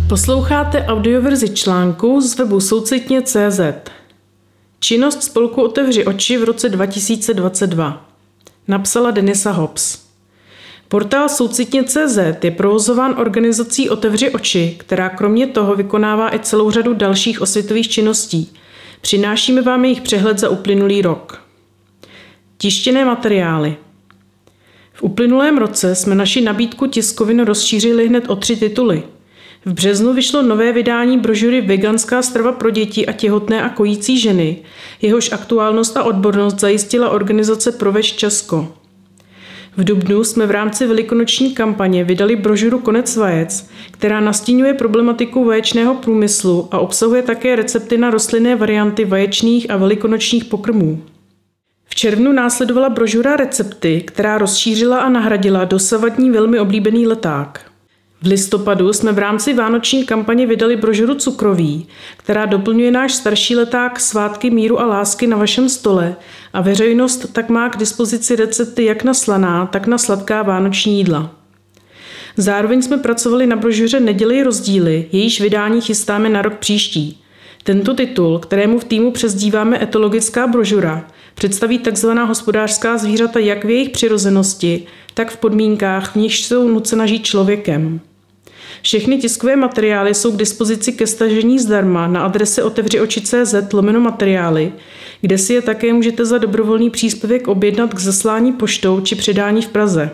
Posloucháte audioverzi článku z webu soucitně.cz. Činnost spolku Otevři oči v roce 2022. Napsala Denisa Hobbs. Portál soucitně.cz je provozován organizací Otevři oči, která kromě toho vykonává i celou řadu dalších osvětových činností. Přinášíme vám jejich přehled za uplynulý rok. Tištěné materiály. V uplynulém roce jsme naši nabídku tiskovin rozšířili hned o 3 tituly. V březnu vyšlo nové vydání brožury Veganská strava pro děti a těhotné a kojící ženy, jehož aktuálnost a odbornost zajistila organizace Proveč Česko. V dubnu jsme v rámci velikonoční kampaně vydali brožuru Konec vajec, která nastínuje problematiku vaječného průmyslu a obsahuje také recepty na rostlinné varianty vaječných a velikonočních pokrmů. V červnu následovala brožura Recepty, která rozšířila a nahradila dosavadní velmi oblíbený leták. V listopadu jsme v rámci vánoční kampaně vydali brožuru Cukroví, která doplňuje náš starší leták Svátky míru a lásky na vašem stole a veřejnost tak má k dispozici recepty jak na slaná, tak na sladká vánoční jídla. Zároveň jsme pracovali na brožuře Nedělej rozdíly, jejíž vydání chystáme na rok příští. Tento titul, kterému v týmu přezdíváme etologická brožura, představí tzv. Hospodářská zvířata jak v jejich přirozenosti, tak v podmínkách, v nichž jsou nucena žít člověkem. Všechny tiskové materiály jsou k dispozici ke stažení zdarma na adrese otevřioči.cz/materiály, kde si je také můžete za dobrovolný příspěvek objednat k zaslání poštou či předání v Praze.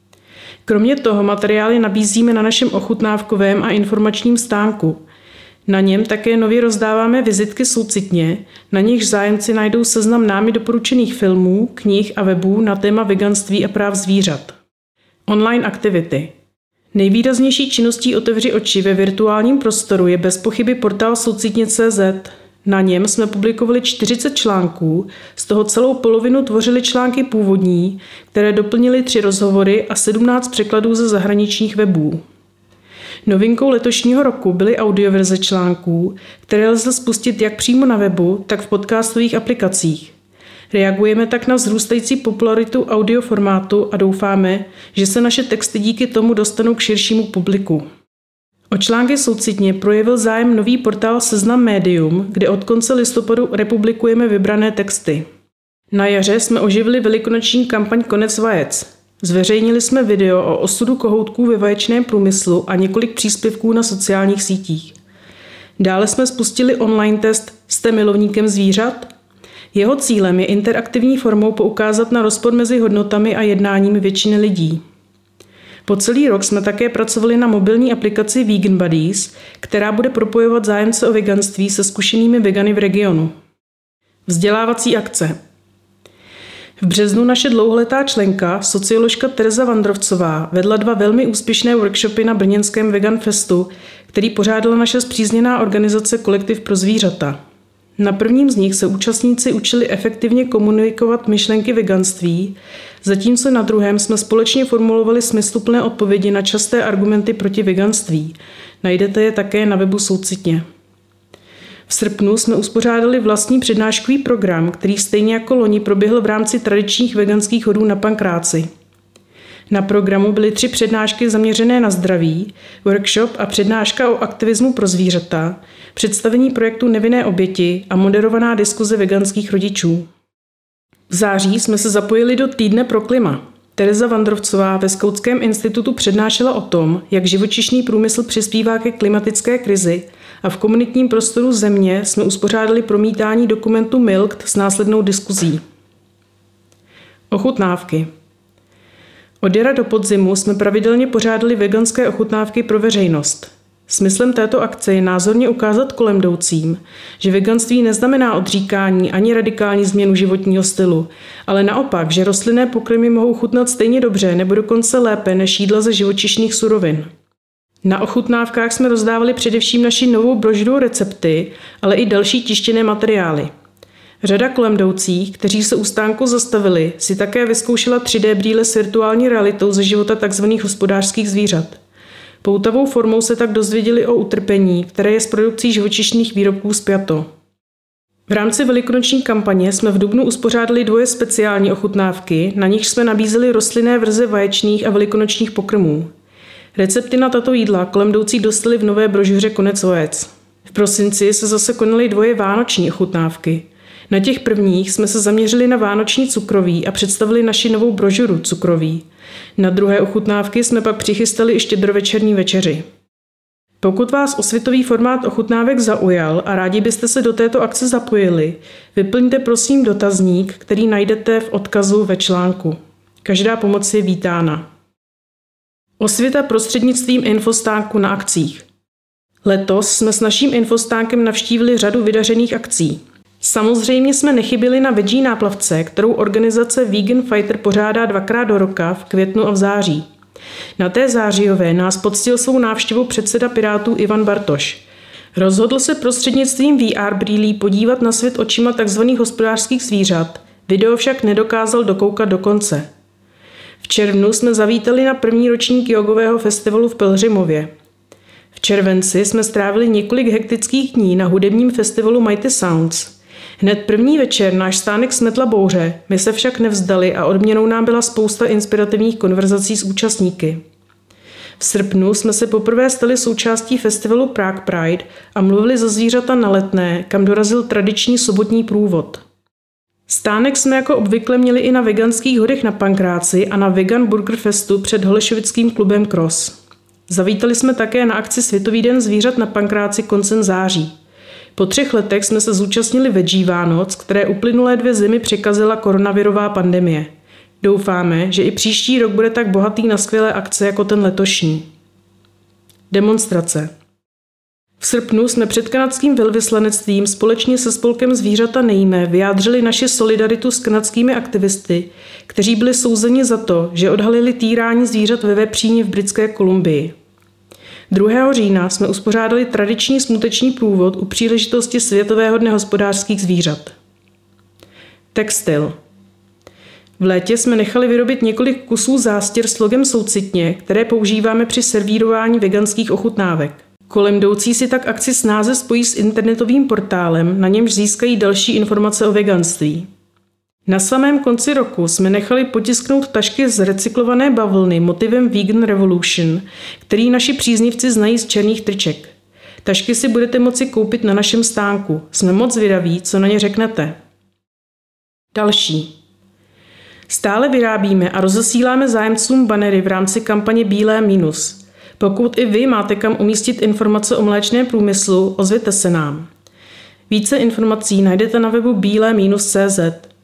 Kromě toho materiály nabízíme na našem ochutnávkovém a informačním stánku. Na něm také nově rozdáváme vizitky soucitně, na nichž zájemci najdou seznam námi doporučených filmů, knih a webů na téma veganství a práv zvířat. Online aktivity. Nejvýraznější činností Otevři oči ve virtuálním prostoru je bez pochyby portál soucitně.cz. Na něm jsme publikovali 40 článků, z toho celou polovinu tvořily články původní, které doplnily 3 rozhovory a 17 překladů ze zahraničních webů. Novinkou letošního roku byly audioverze článků, které lze spustit jak přímo na webu, tak v podcastových aplikacích. Reagujeme tak na vzrůstající popularitu audioformátu a doufáme, že se naše texty díky tomu dostanou k širšímu publiku. O články soucitně projevil zájem nový portál Seznam Médium, kde od konce listopadu republikujeme vybrané texty. Na jaře jsme oživili velikonoční kampaň Konec vajec. Zveřejnili jsme video o osudu kohoutků ve vaječném průmyslu a několik příspěvků na sociálních sítích. Dále jsme spustili online test Jste milovníkem zvířat? Jeho cílem je interaktivní formou poukázat na rozpor mezi hodnotami a jednáním většiny lidí. Po celý rok jsme také pracovali na mobilní aplikaci Vegan Buddies, která bude propojovat zájemce o veganství se zkušenými vegany v regionu. Vzdělávací akce. V březnu naše dlouholetá členka, socioložka Tereza Vandrovcová, vedla 2 velmi úspěšné workshopy na brněnském Vegan Festu, který pořádala naše spřízněná organizace Kolektiv pro zvířata. Na prvním z nich se účastníci učili efektivně komunikovat myšlenky veganství, zatímco na druhém jsme společně formulovali smysluplné odpovědi na časté argumenty proti veganství. Najdete je také na webu Soucitně. V srpnu jsme uspořádali vlastní přednáškový program, který stejně jako loni proběhl v rámci tradičních veganských hodů na Pankráci. Na programu byly 3 přednášky zaměřené na zdraví, workshop a přednáška o aktivismu pro zvířata, představení projektu Nevinné oběti a moderovaná diskuze veganských rodičů. V září jsme se zapojili do Týdne pro klima. Tereza Vandrovcová ve Skautském institutu přednášela o tom, jak živočišný průmysl přispívá ke klimatické krizi, a v komunitním prostoru Země jsme uspořádali promítání dokumentu Milk s následnou diskuzí. Ochutnávky. Od jara do podzimu jsme pravidelně pořádali veganské ochutnávky pro veřejnost. Smyslem této akce je názorně ukázat kolem jdoucím, že veganství neznamená odříkání ani radikální změnu životního stylu, ale naopak, že rostlinné pokrmy mohou chutnat stejně dobře nebo dokonce lépe než jídla ze živočišných surovin. Na ochutnávkách jsme rozdávali především naši novou brožuru Recepty, ale i další tištěné materiály. Řada kolem jdoucích, kteří se u stánku zastavili, si také vyzkoušela 3D brýle s virtuální realitou ze života tzv. Hospodářských zvířat. Poutavou formou se tak dozvěděli o utrpení, které je s produkcí živočišných výrobků spjato. V rámci velikonoční kampaně jsme v dubnu uspořádali 2 speciální ochutnávky, na nich jsme nabízeli rostlinné verze vaječných a velikonočních pokrmů. Recepty na tato jídla kolem jdoucí dostali v nové brožuře Konec vajec. V prosinci se zase konaly 2 vánoční ochutnávky. Na těch prvních jsme se zaměřili na vánoční cukroví a představili naši novou brožuru Cukroví. Na druhé ochutnávky jsme pak přichystali i štědrovečerní večeři. Pokud vás osvětový formát ochutnávek zaujal a rádi byste se do této akce zapojili, vyplňte prosím dotazník, který najdete v odkazu ve článku. Každá pomoc je vítána. Osvěta prostřednictvím infostánku na akcích. Letos jsme s naším infostánkem navštívili řadu vydařených akcí. Samozřejmě jsme nechyběli na veggie náplavce, kterou organizace Vegan Fighter pořádá 2krát do roka v květnu a v září. Na té zářijové nás poctil svou návštěvou předseda Pirátů Ivan Bartoš. Rozhodl se prostřednictvím VR brýlí podívat na svět očima tzv. Hospodářských zvířat, video však nedokázal dokoukat do konce. V červnu jsme zavítali na první ročník jogového festivalu v Pelhřimově. V červenci jsme strávili několik hektických dní na hudebním festivalu Mighty Sounds. Hned první večer náš stánek smetla bouře, my se však nevzdali a odměnou nám byla spousta inspirativních konverzací s účastníky. V srpnu jsme se poprvé stali součástí festivalu Prague Pride a mluvili za zvířata na Letné, kam dorazil tradiční sobotní průvod. Stánek jsme jako obvykle měli i na veganských hodech na Pankráci a na Vegan Burger Festu před holešovickým klubem Cross. Zavítali jsme také na akci Světový den zvířat na Pankráci koncem září. Po 3 letech jsme se zúčastnili Veggie Vánoc, které uplynulé 2 zimy překazila koronavirová pandemie. Doufáme, že i příští rok bude tak bohatý na skvělé akce jako ten letošní. Demonstrace. V srpnu jsme před kanadským velvyslanectvím společně se spolkem Zvířata nejíme vyjádřili naši solidaritu s kanadskými aktivisty, kteří byli souzeni za to, že odhalili týrání zvířat ve vepříně v Britské Kolumbii. 2. října jsme uspořádali tradiční smuteční průvod u příležitosti Světového dne hospodářských zvířat. Textil. V létě jsme nechali vyrobit několik kusů zástěr s logem Soucitně, které používáme při servírování veganských ochutnávek. Kolem jdoucí si tak akci snáze spojí s internetovým portálem, na němž získají další informace o veganství. Na samém konci roku jsme nechali potisknout tašky z recyklované bavlny motivem Vegan Revolution, který naši příznivci znají z černých triček. Tašky si budete moci koupit na našem stánku. Jsme moc zvědaví, co na ně řeknete. Další. Stále vyrábíme a rozesíláme zájemcům banery v rámci kampaně Bílé mínus. Pokud i vy máte kam umístit informace o mléčném průmyslu, ozvěte se nám. Více informací najdete na webu bile-cz.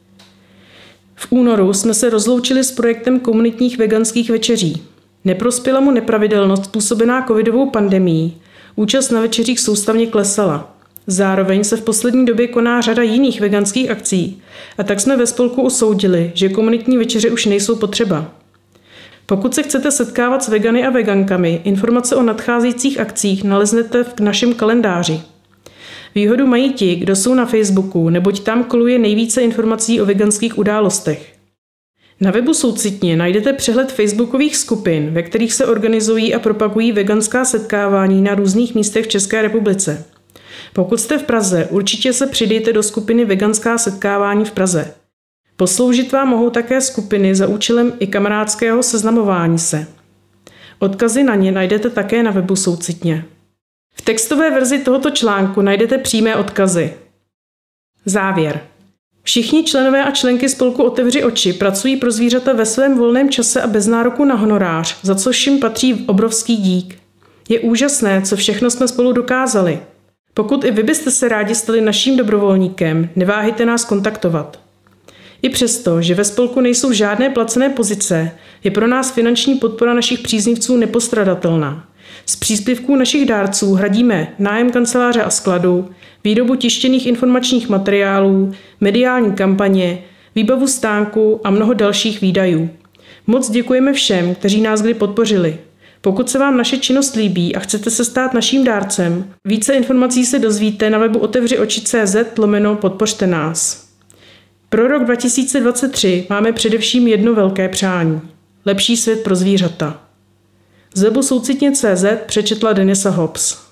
V únoru jsme se rozloučili s projektem komunitních veganských večeří. Neprospěla mu nepravidelnost způsobená covidovou pandemií. Účast na večeřích soustavně klesala. Zároveň se v poslední době koná řada jiných veganských akcí a tak jsme ve spolku usoudili, že komunitní večeře už nejsou potřeba. Pokud se chcete setkávat s vegany a vegankami, informace o nadcházejících akcích naleznete v našem kalendáři. Výhodu mají ti, kdo jsou na Facebooku, neboť tam koluje nejvíce informací o veganských událostech. Na webu Soucitně najdete přehled facebookových skupin, ve kterých se organizují a propagují veganská setkávání na různých místech v České republice. Pokud jste v Praze, určitě se přidejte do skupiny Veganská setkávání v Praze. Posloužit vám mohou také skupiny za účelem i kamarádského seznamování se. Odkazy na ně najdete také na webu Soucitně. V textové verzi tohoto článku najdete přímé odkazy. Závěr. Všichni členové a členky spolku Otevři oči pracují pro zvířata ve svém volném čase a bez nároku na honorář, za což jim patří obrovský dík. Je úžasné, co všechno jsme spolu dokázali. Pokud i vy byste se rádi stali naším dobrovolníkem, neváhejte nás kontaktovat. I přesto, že ve spolku nejsou žádné placené pozice, je pro nás finanční podpora našich příznivců nepostradatelná. Z příspěvků našich dárců hradíme nájem kanceláře a skladu, výrobu tištěných informačních materiálů, mediální kampaně, výbavu stánku a mnoho dalších výdajů. Moc děkujeme všem, kteří nás kdy podpořili. Pokud se vám naše činnost líbí a chcete se stát naším dárcem, více informací se dozvíte na webu otevřioči.cz/podpořte nás. Pro rok 2023 máme především jedno velké přání. Lepší svět pro zvířata. Z webu Soucitně.cz přečetla Denisa Hobbs.